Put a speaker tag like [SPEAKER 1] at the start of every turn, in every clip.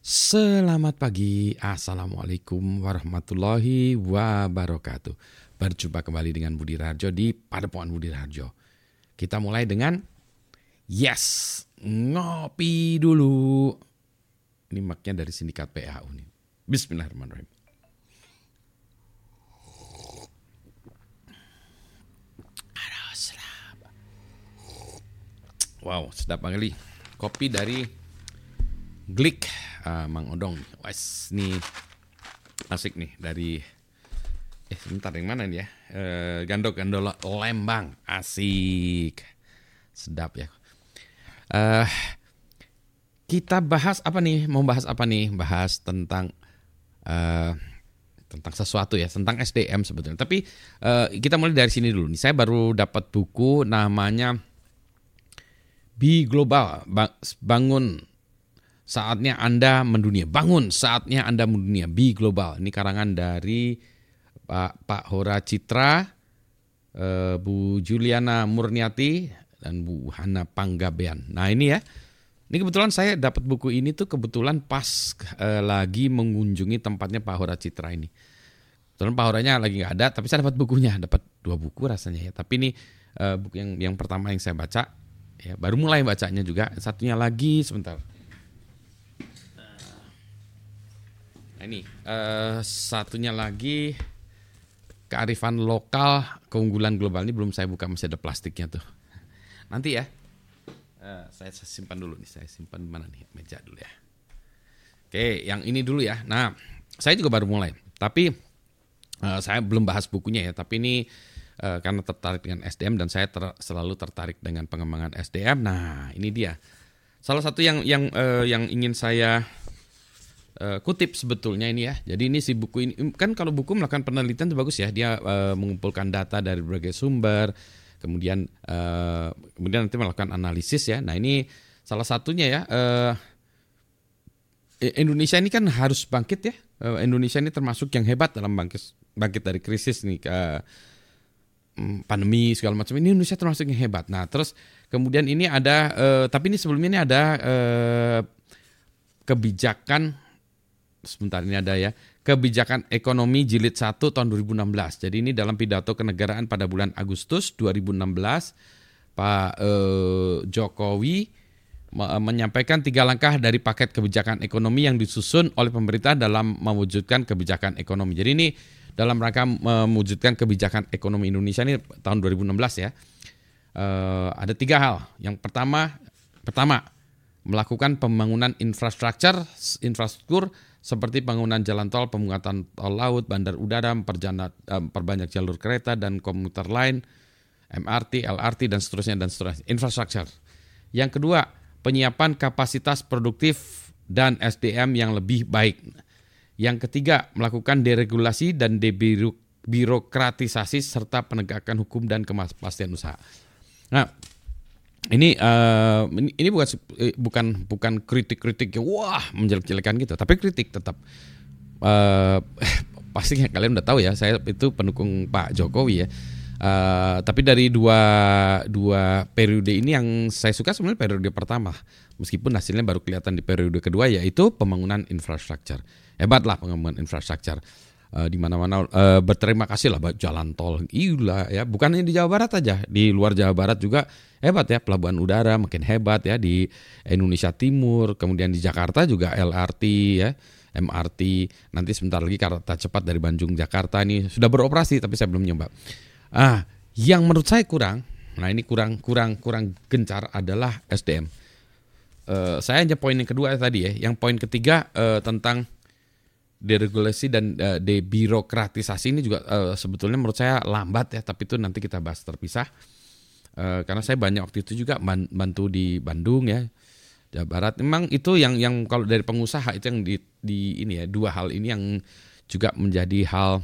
[SPEAKER 1] Selamat pagi, Assalamualaikum warahmatullahi wabarakatuh. Berjumpa kembali dengan Budi Raharjo di Padepokan Budi Raharjo. Kita mulai dengan ngopi dulu. Ini maknya dari sindikat PAU nih. Bismillahirrahmanirrahim. Wow, sedap sekali. Kopi dari Glik, Mang Odong. Wes, nih asik nih dari sebentar yang mana nih ya? Gandok Lembang. Asik. Sedap ya. Kita bahas apa nih? Mau bahas apa nih? Bahas tentang sesuatu ya, tentang SDM sebetulnya. Tapi kita mulai dari sini dulu nih. Saya baru dapat buku namanya Be Global, bangun saatnya Anda mendunia. Bangun saatnya Anda mendunia. Be Global. Ini karangan dari Pak Hora Citra, Bu Juliana Murniati, dan Bu Hana Panggabean. Nah ini ya, ini kebetulan saya dapat buku ini tuh kebetulan pas lagi mengunjungi tempatnya Pak Hora Citra ini. Kebetulan Pak Horanya lagi nggak ada, tapi saya dapat bukunya, dapat 2 buku rasanya ya. Tapi ini buku yang pertama yang saya baca, ya baru mulai bacanya juga. Satunya lagi sebentar. Nah ini satunya lagi kearifan lokal keunggulan global. Ini belum saya buka, masih ada plastiknya tuh. Nanti ya. Saya simpan dulu nih. Saya simpan mana nih? Meja dulu ya. Oke, yang ini dulu ya. Nah, saya juga baru mulai. Tapi saya belum bahas bukunya ya. Tapi ini karena tertarik dengan SDM dan saya selalu tertarik dengan pengembangan SDM. Nah, ini dia. Salah satu yang ingin saya kutip sebetulnya ini ya. Jadi ini si buku ini kan, kalau buku melakukan penelitian itu bagus ya. Dia mengumpulkan data dari berbagai sumber. Kemudian nanti melakukan analisis ya. Nah ini salah satunya ya. Indonesia ini kan harus bangkit ya. Indonesia ini termasuk yang hebat dalam bangkit dari krisis nih, pandemi segala macam. Ini Indonesia termasuk yang hebat. Nah terus kemudian ini ada, tapi ini sebelumnya ini ada kebijakan, sebentar ini ada ya, Kebijakan Ekonomi Jilid 1 tahun 2016. Jadi ini dalam pidato kenegaraan pada bulan Agustus 2016, Pak Jokowi menyampaikan 3 langkah dari paket kebijakan ekonomi yang disusun oleh pemerintah dalam mewujudkan kebijakan ekonomi. Jadi ini dalam rangka mewujudkan kebijakan ekonomi Indonesia ini tahun 2016 ya. Ada 3 hal. Yang pertama melakukan pembangunan infrastruktur seperti pembangunan jalan tol, pembuatan tol laut, bandar udara, perbanyak jalur kereta dan komuter lain, MRT, LRT dan seterusnya. Infrastruktur. Yang kedua, penyiapan kapasitas produktif dan SDM yang lebih baik. Yang ketiga, melakukan deregulasi dan debirokratisasi serta penegakan hukum dan kepastian usaha. Nah, ini bukan kritik-kritik wah menjelek-jelekan gitu, tapi kritik tetap. Pastinya kalian udah tahu ya, saya itu pendukung Pak Jokowi ya. Tapi dari dua periode ini yang saya suka sebenarnya periode pertama, meskipun hasilnya baru kelihatan di periode kedua, yaitu pembangunan infrastruktur. Hebatlah pembangunan infrastruktur. Di mana-mana berterima kasih lah jalan tol, gila ya, bukan hanya di Jawa Barat aja, di luar Jawa Barat juga hebat ya, pelabuhan udara makin hebat ya di Indonesia Timur, kemudian di Jakarta juga LRT ya, MRT, nanti sebentar lagi kereta cepat dari Bandung Jakarta ini sudah beroperasi, tapi saya belum nyoba. Yang menurut saya kurang gencar adalah SDM. Saya hanya poin yang kedua tadi ya, yang poin ketiga tentang deregulasi dan debirokratisasi ini juga sebetulnya menurut saya lambat ya, tapi itu nanti kita bahas terpisah. Karena saya banyak waktu itu juga bantu di Bandung ya, Jawa Barat. Memang itu yang kalau dari pengusaha itu yang di ini ya, 2 hal ini yang juga menjadi hal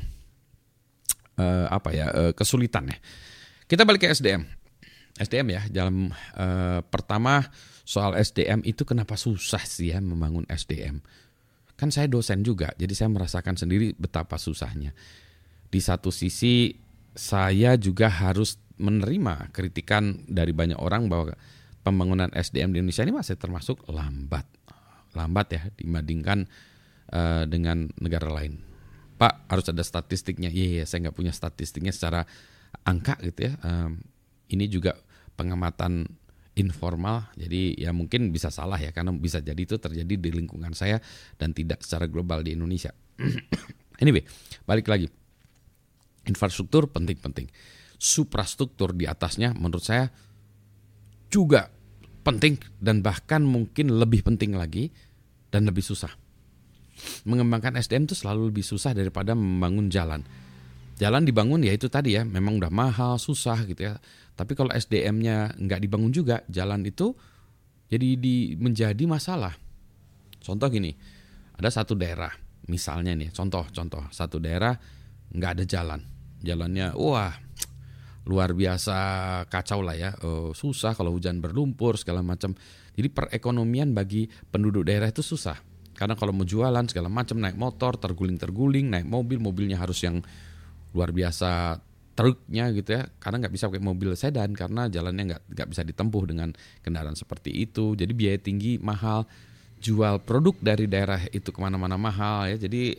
[SPEAKER 1] kesulitan ya. Kita balik ke SDM ya. Dalam pertama soal SDM itu kenapa susah sih ya membangun SDM? Kan saya dosen juga, jadi saya merasakan sendiri betapa susahnya. Di satu sisi saya juga harus menerima kritikan dari banyak orang bahwa pembangunan SDM di Indonesia ini masih termasuk lambat. lambat ya dibandingkan dengan negara lain. Pak, harus ada statistiknya. Iya, saya nggak punya statistiknya secara angka gitu ya. Ini juga pengamatan informal, jadi ya mungkin bisa salah ya, karena bisa jadi itu terjadi di lingkungan saya dan tidak secara global di Indonesia. Anyway, balik lagi. Infrastruktur penting-penting. Suprastruktur di atasnya menurut saya juga penting dan bahkan mungkin lebih penting lagi dan lebih susah. Mengembangkan SDM itu selalu lebih susah daripada membangun jalan. Jalan dibangun ya itu tadi ya, memang udah mahal, susah gitu ya. Tapi kalau SDM-nya nggak dibangun juga, jalan itu jadi menjadi masalah. Contoh gini, ada satu daerah, misalnya nih, contoh satu daerah nggak ada jalan, jalannya wah luar biasa kacau lah ya, susah kalau hujan berlumpur segala macam. Jadi perekonomian bagi penduduk daerah itu susah. Karena kalau mau jualan segala macam, naik motor terguling-terguling, naik mobilnya harus yang luar biasa truknya gitu ya. Karena nggak bisa pakai mobil sedan karena jalannya nggak bisa ditempuh dengan kendaraan seperti itu. Jadi biaya tinggi, mahal, jual produk dari daerah itu kemana-mana mahal ya. Jadi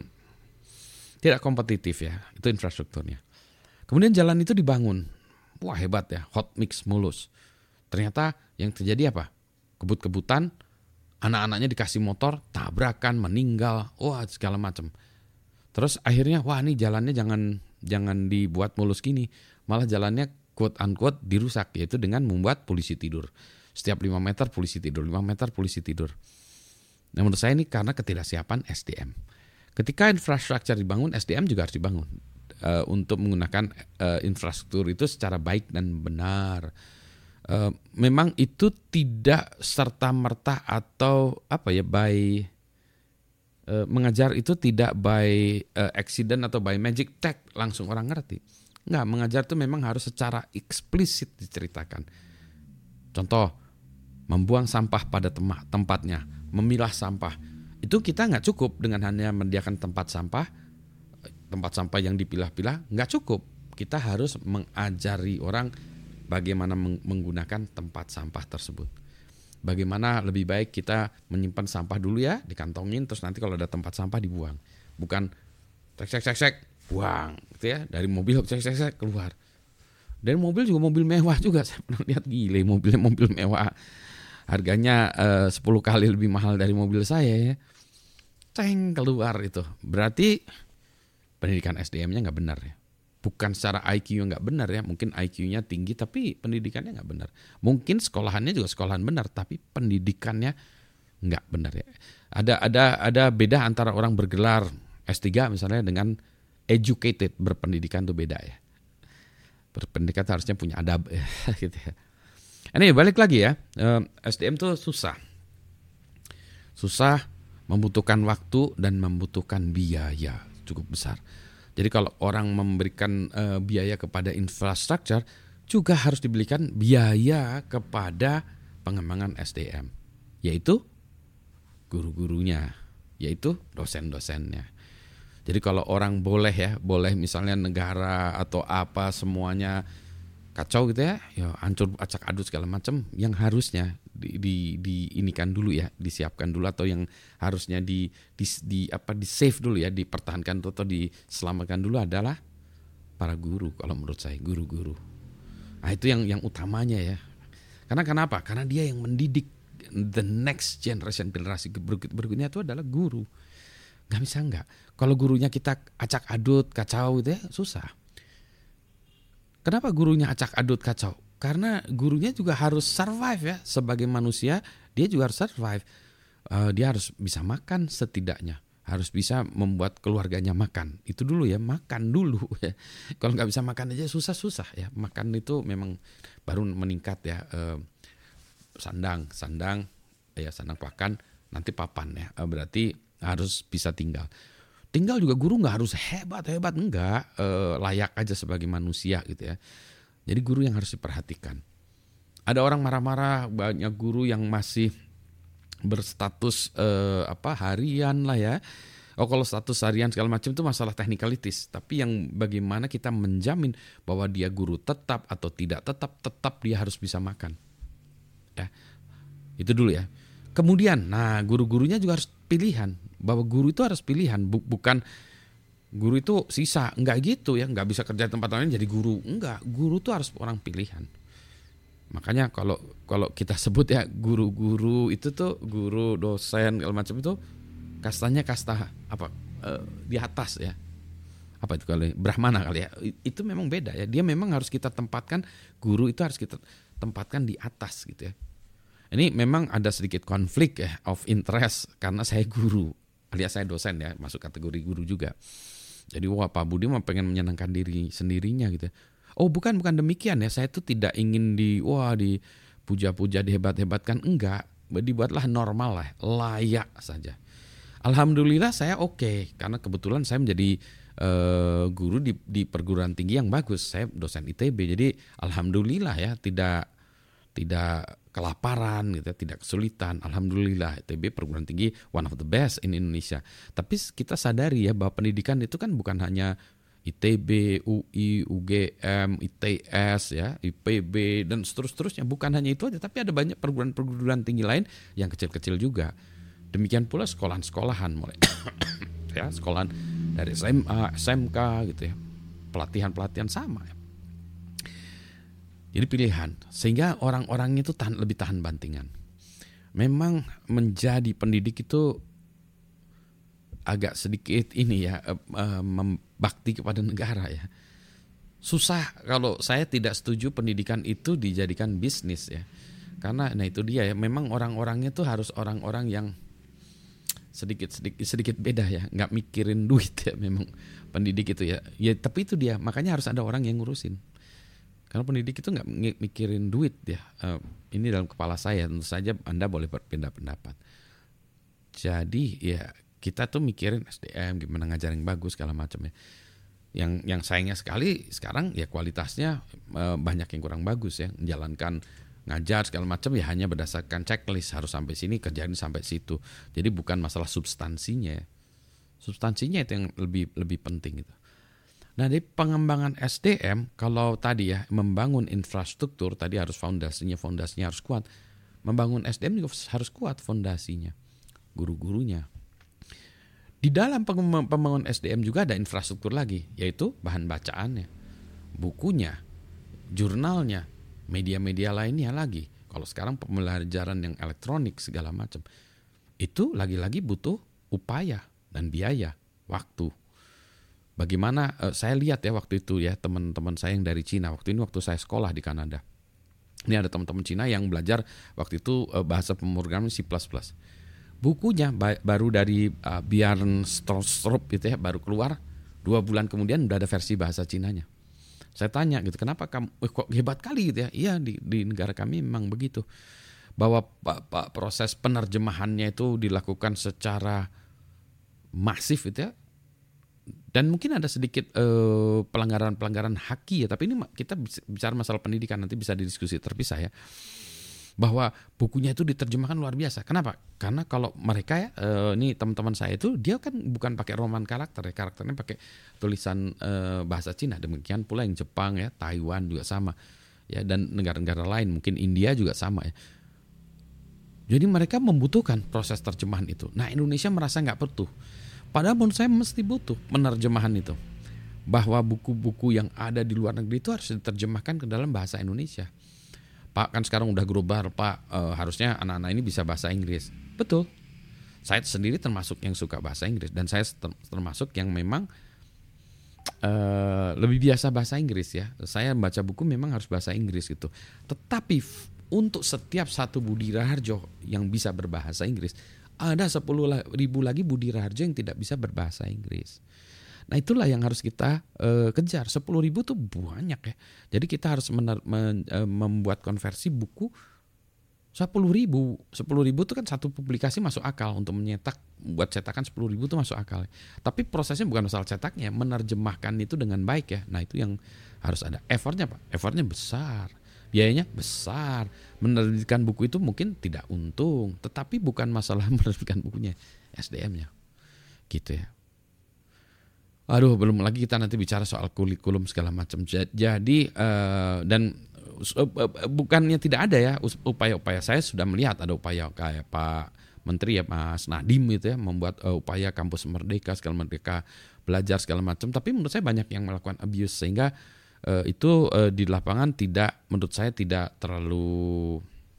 [SPEAKER 1] tidak kompetitif ya. Itu infrastrukturnya. Kemudian jalan itu dibangun. Wah hebat ya, hot mix mulus. Ternyata yang terjadi apa? Kebut-kebutan, anak-anaknya dikasih motor, tabrakan, meninggal, wah segala macam. Terus akhirnya wah nih jalannya jangan dibuat mulus gini. Malah jalannya quote unquote dirusak, yaitu dengan membuat polisi tidur. Setiap 5 meter polisi tidur, 5 meter polisi tidur. Nah menurut saya ini karena ketidaksiapan SDM. Ketika infrastruktur dibangun, SDM juga harus dibangun. Untuk menggunakan infrastruktur itu secara baik dan benar. Memang itu tidak serta-merta atau apa ya mengajar itu tidak by accident atau by magic tech langsung orang ngerti. Enggak, mengajar itu memang harus secara eksplisit diceritakan. Contoh, membuang sampah pada tempatnya, memilah sampah. Itu kita nggak cukup dengan hanya menyediakan tempat sampah yang dipilah-pilah, nggak cukup. Kita harus mengajari orang bagaimana menggunakan tempat sampah tersebut. Bagaimana lebih baik kita menyimpan sampah dulu ya, dikantongin, terus nanti kalau ada tempat sampah dibuang. Bukan cek, buang gitu ya, dari mobil cek keluar. Dan mobil juga mobil mewah juga, saya pernah lihat gile mobil mewah. Harganya 10 kali lebih mahal dari mobil saya ya. Ceng keluar itu. Berarti pendidikan SDM-nya nggak benar ya. Bukan secara IQ nggak benar ya, mungkin IQ-nya tinggi tapi pendidikannya nggak benar. Mungkin sekolahannya juga sekolahan benar tapi pendidikannya nggak benar ya. Ada beda antara orang bergelar S3 misalnya dengan educated, berpendidikan tuh beda ya. Berpendidikan harusnya punya adab ya, gitu ya. Ini balik lagi ya, SDM tuh susah, membutuhkan waktu dan membutuhkan biaya cukup besar. Jadi kalau orang memberikan biaya kepada infrastruktur, juga harus diberikan biaya kepada pengembangan SDM, yaitu guru-gurunya, yaitu dosen-dosennya. Jadi kalau orang boleh misalnya negara atau apa semuanya kacau gitu ya hancur acak adut segala macam, yang harusnya diinikan dulu ya, disiapkan dulu, atau yang harusnya di save dulu ya, dipertahankan atau diselamatkan dulu adalah para guru. Kalau menurut saya guru-guru. Nah itu yang utamanya ya. Karena kenapa? Karena dia yang mendidik the next generation, generasi berikutnya itu adalah guru. Gak bisa enggak. Kalau gurunya kita acak adut kacau gitu ya susah. Kenapa gurunya acak adut kacau? Karena gurunya juga harus survive ya. Sebagai manusia dia juga harus survive. Dia harus bisa makan setidaknya. Harus bisa membuat keluarganya makan. Itu dulu ya, makan dulu ya. Kalau nggak bisa makan aja susah ya. Makan itu memang baru meningkat ya. Sandang pakan, nanti papan ya. Berarti harus bisa tinggal. Tinggal juga guru nggak harus hebat enggak, layak aja sebagai manusia gitu ya. Jadi guru yang harus diperhatikan. Ada orang marah-marah, banyak guru yang masih berstatus harian lah ya. Oh kalau status harian segala macam itu masalah technicalities. Tapi yang bagaimana kita menjamin bahwa dia guru tetap atau tidak tetap dia harus bisa makan. Ya, itu dulu ya. Kemudian, nah guru-gurunya juga harus pilihan. Bahwa guru itu harus pilihan, bukan guru itu sisa. Enggak gitu ya, enggak bisa kerja di tempat lain jadi guru. Enggak, guru itu harus orang pilihan. Makanya kalau kita sebut ya guru-guru itu tuh guru, dosen, segala macam itu kastanya kasta apa di atas ya. Apa itu kali Brahmana kali ya. Itu memang beda ya. Dia memang harus kita tempatkan, guru itu harus kita tempatkan di atas gitu ya. Ini memang ada sedikit konflik ya of interest karena saya guru, alias saya dosen ya, masuk kategori guru juga. Jadi wah Pak Budi mah pengen menyenangkan diri sendirinya gitu. Oh bukan demikian ya, saya tuh tidak ingin dipuja-puja, dihebat-hebatkan, enggak. Dibuatlah normal lah, layak saja. Alhamdulillah saya oke, karena kebetulan saya menjadi guru di perguruan tinggi yang bagus. Saya dosen ITB, jadi alhamdulillah ya tidak kelaparan gitu, tidak kesulitan. Alhamdulillah ITB perguruan tinggi one of the best in Indonesia. Tapi kita sadari ya bahwa pendidikan itu kan bukan hanya ITB, UI, UGM, ITS ya, IPB dan seterusnya. Bukan hanya itu aja, tapi ada banyak perguruan tinggi lain yang kecil-kecil juga. Demikian pula sekolahan-sekolahan mulai ya, sekolahan dari SMA, SMK gitu ya. Pelatihan-pelatihan sama ya. Jadi pilihan, sehingga orang-orangnya itu lebih tahan bantingan. Memang menjadi pendidik itu agak sedikit ini ya, membakti kepada negara ya. Susah kalau saya tidak setuju pendidikan itu dijadikan bisnis ya. Karena nah itu dia ya, memang orang-orangnya itu harus orang-orang yang sedikit beda ya, nggak mikirin duit ya memang pendidik itu ya. Ya tapi itu dia, makanya harus ada orang yang ngurusin. Karena pendidik itu nggak mikirin duit ya. Ini dalam kepala saya, tentu saja Anda boleh berpindah pendapat. Jadi ya kita tuh mikirin SDM, gimana ngajarin yang bagus segala macam ya. Yang sayangnya sekali sekarang ya kualitasnya banyak yang kurang bagus ya. Menjalankan ngajar segala macam ya hanya berdasarkan checklist, harus sampai sini kerjain sampai situ. Jadi bukan masalah substansinya. Substansinya itu yang lebih penting gitu. Nah di pengembangan SDM, kalau tadi ya membangun infrastruktur, tadi harus fondasinya harus kuat. Membangun SDM juga harus kuat fondasinya, guru-gurunya. Di dalam pembangunan SDM juga ada infrastruktur lagi, yaitu bahan bacaannya, bukunya, jurnalnya, media-media lainnya lagi. Kalau sekarang pembelajaran yang elektronik segala macam, itu lagi-lagi butuh upaya dan biaya, waktu. Bagaimana saya lihat ya waktu itu ya teman-teman saya yang dari Cina, waktu saya sekolah di Kanada. Ini ada teman-teman Cina yang belajar waktu itu bahasa pemrograman C++. Bukunya baru dari Bjorn Strostrup gitu ya, baru keluar 2 bulan kemudian udah ada versi bahasa Cinanya. Saya tanya gitu, kenapa kamu kok hebat kali gitu ya? Iya di negara kami memang begitu. Bahwa proses penerjemahannya itu dilakukan secara masif gitu ya. Dan mungkin ada sedikit pelanggaran haki ya, tapi ini kita bicara masalah pendidikan, nanti bisa didiskusi terpisah ya. Bahwa bukunya itu diterjemahkan luar biasa. Kenapa? Karena kalau mereka ya, ini teman-teman saya itu dia kan bukan pakai roman karakter ya, karakternya pakai tulisan bahasa Cina. Demikian pula yang Jepang ya, Taiwan juga sama ya, dan negara-negara lain, mungkin India juga sama ya. Jadi mereka membutuhkan proses terjemahan itu. Nah Indonesia merasa nggak butuh. Padahal menurut saya mesti butuh penerjemahan itu. Bahwa buku-buku yang ada di luar negeri itu harus diterjemahkan ke dalam bahasa Indonesia. Pak kan sekarang udah global Pak, harusnya anak-anak ini bisa bahasa Inggris. Betul. Saya sendiri termasuk yang suka bahasa Inggris. Dan saya termasuk yang memang lebih biasa bahasa Inggris ya. Saya baca buku memang harus bahasa Inggris gitu. Tetapi untuk setiap satu Budi Raharjo yang bisa berbahasa Inggris, ada 10.000 lagi Budi Raharjo yang tidak bisa berbahasa Inggris. Nah itulah yang harus kita kejar. 10.000 tuh banyak ya. Jadi kita harus membuat konversi buku 10.000. 10.000 itu kan satu publikasi masuk akal. Untuk menyetak, buat cetakan 10.000 itu masuk akal. Tapi prosesnya bukan masalah cetaknya, menerjemahkan itu dengan baik ya. Nah itu yang harus ada. Effortnya Pak, effortnya besar. Biayanya besar. Menerbitkan buku itu mungkin tidak untung, tetapi bukan masalah menerbitkan bukunya, SDM-nya. Gitu ya. Aduh, belum lagi kita nanti bicara soal kurikulum segala macam. Jadi dan bukannya tidak ada ya upaya-upaya. Saya sudah melihat ada upaya kayak Pak Menteri ya, Mas Nadiem gitu ya, membuat upaya kampus merdeka, segala merdeka belajar segala macam. Tapi menurut saya banyak yang melakukan abuse, sehingga itu di lapangan menurut saya tidak terlalu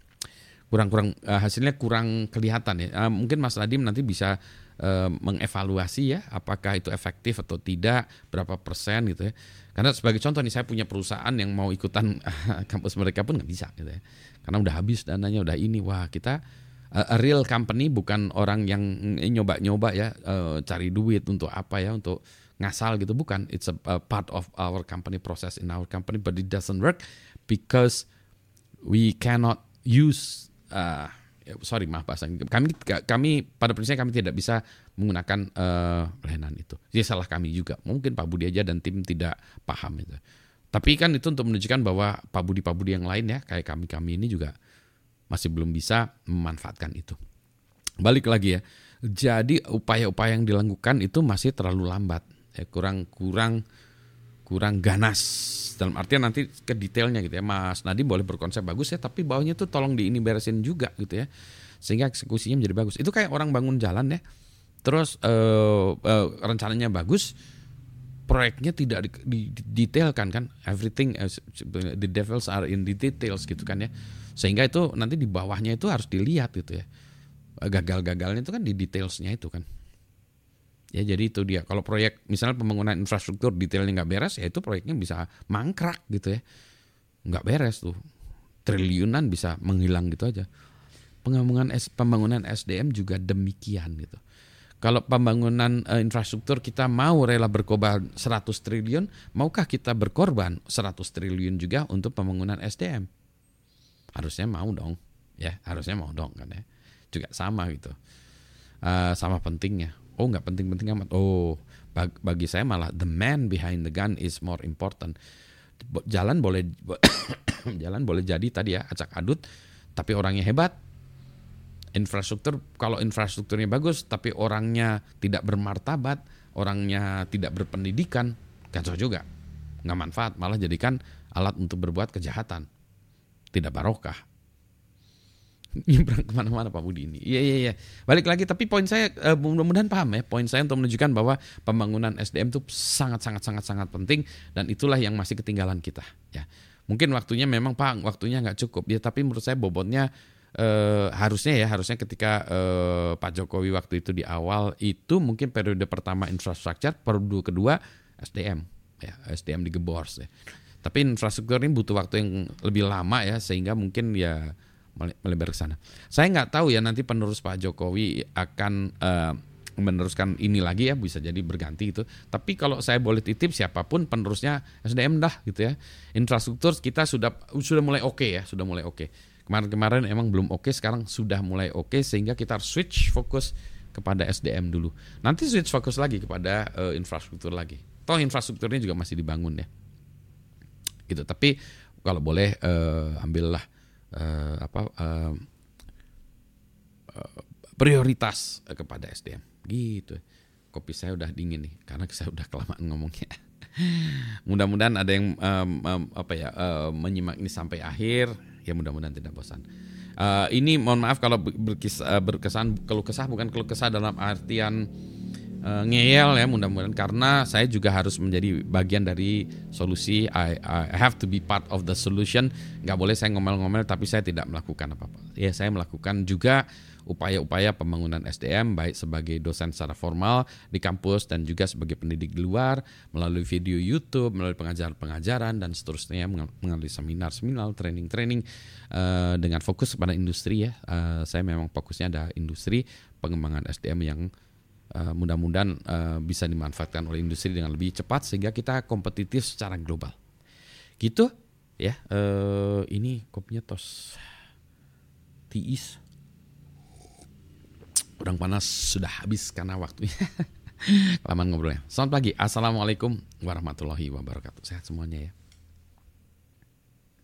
[SPEAKER 1] kurang hasilnya kurang kelihatan ya. Mungkin Mas Nadiem nanti bisa mengevaluasi ya apakah itu efektif atau tidak, berapa persen gitu ya. Karena sebagai contoh nih, saya punya perusahaan yang mau ikutan kampus mereka pun nggak bisa gitu ya, karena udah habis dananya, udah ini. Wah, kita a real company, bukan orang yang nyoba-nyoba ya, cari duit untuk apa ya, untuk ngasal gitu, bukan. It's a part of our company process in our company, but it doesn't work because we cannot use maaf bahasa kami pada prinsipnya kami tidak bisa menggunakan layanan itu. Jadi salah kami juga. Mungkin Pak Budi aja dan tim tidak paham itu. Tapi kan itu untuk menunjukkan bahwa Pak Budi yang lain ya, kayak kami ini juga masih belum bisa memanfaatkan itu. Balik lagi ya. Jadi upaya-upaya yang dilakukan itu masih terlalu lambat. Ya, kurang ganas. Dalam artian nanti ke detailnya gitu ya. Mas Nadiem boleh berkonsep bagus ya, tapi bawahnya tuh tolong beresin juga gitu ya, sehingga eksekusinya menjadi bagus. Itu kayak orang bangun jalan ya, terus rencananya bagus, proyeknya tidak didetailkan kan. Everything the devils are in the details gitu kan ya, sehingga itu nanti di bawahnya itu harus dilihat gitu ya. Gagal-gagalnya itu kan di detailsnya itu kan. Ya, jadi itu dia. Kalau proyek misalnya pembangunan infrastruktur detailnya nggak beres, ya itu proyeknya bisa mangkrak gitu ya. Nggak beres tuh. Triliunan bisa menghilang gitu aja. Pembangunan SDM juga demikian gitu. Kalau pembangunan infrastruktur kita mau rela berkorban 100 triliun, maukah kita berkorban 100 triliun juga untuk pembangunan SDM? Harusnya mau dong. Ya, harusnya mau dong kan ya. Juga sama gitu. Sama pentingnya. Oh, nggak penting-penting amat. Oh, bagi saya malah the man behind the gun is more important. Jalan boleh jadi tadi ya acak adut, tapi orangnya hebat. Infrastruktur, kalau infrastrukturnya bagus tapi orangnya tidak bermartabat, orangnya tidak berpendidikan, kacau juga. Nggak manfaat, malah jadikan alat untuk berbuat kejahatan. Tidak barokah. Nyebrang kemana-mana Pak Budi ini. Iya. Balik lagi, tapi poin saya mudah-mudahan paham ya. Poin saya untuk menunjukkan bahwa pembangunan SDM itu sangat penting, dan itulah yang masih ketinggalan kita. Ya, mungkin waktunya memang Pak, waktunya nggak cukup ya. Tapi menurut saya bobotnya harusnya ketika Pak Jokowi waktu itu di awal itu mungkin periode pertama infrastruktur, periode kedua SDM. Ya, SDM digebors ya. Tapi infrastruktur ini butuh waktu yang lebih lama ya, sehingga mungkin ya melebar ke sana. Saya nggak tahu ya nanti penerus Pak Jokowi akan meneruskan ini lagi ya, bisa jadi berganti itu. Tapi kalau saya boleh titip, siapapun penerusnya SDM dah gitu ya. Infrastruktur kita sudah mulai oke ya, sudah mulai oke. Kemarin emang belum oke, sekarang sudah mulai oke, sehingga kita harus switch fokus kepada SDM dulu. Nanti switch fokus lagi kepada infrastruktur lagi. Toh infrastrukturnya juga masih dibangun ya. Gitu. Tapi kalau boleh ambillah prioritas kepada SDM gitu. Kopi saya udah dingin nih karena saya udah kelamaan ngomongnya. Mudah-mudahan ada yang menyimak ini sampai akhir ya, mudah-mudahan tidak bosan. Ini mohon maaf kalau berkesan keluh kesah, bukan keluh kesah dalam artian ngeyel ya, mudah-mudahan, karena saya juga harus menjadi bagian dari solusi. I have to be part of the solution. Nggak boleh saya ngomel-ngomel tapi saya tidak melakukan apa-apa. Ya, saya melakukan juga upaya-upaya pembangunan SDM, baik sebagai dosen secara formal di kampus dan juga sebagai pendidik di luar, melalui video YouTube, melalui pengajaran dan seterusnya, melalui seminar, training dengan fokus kepada industri ya. Saya memang fokusnya ada industri, pengembangan SDM yang mudah-mudahan bisa dimanfaatkan oleh industri dengan lebih cepat sehingga kita kompetitif secara global. Gitu ya. Ini kopinya tos tiis. Udang panas sudah habis karena waktunya. Kelamaan ngobrolnya. Selamat pagi. Assalamualaikum warahmatullahi wabarakatuh. Sehat semuanya ya.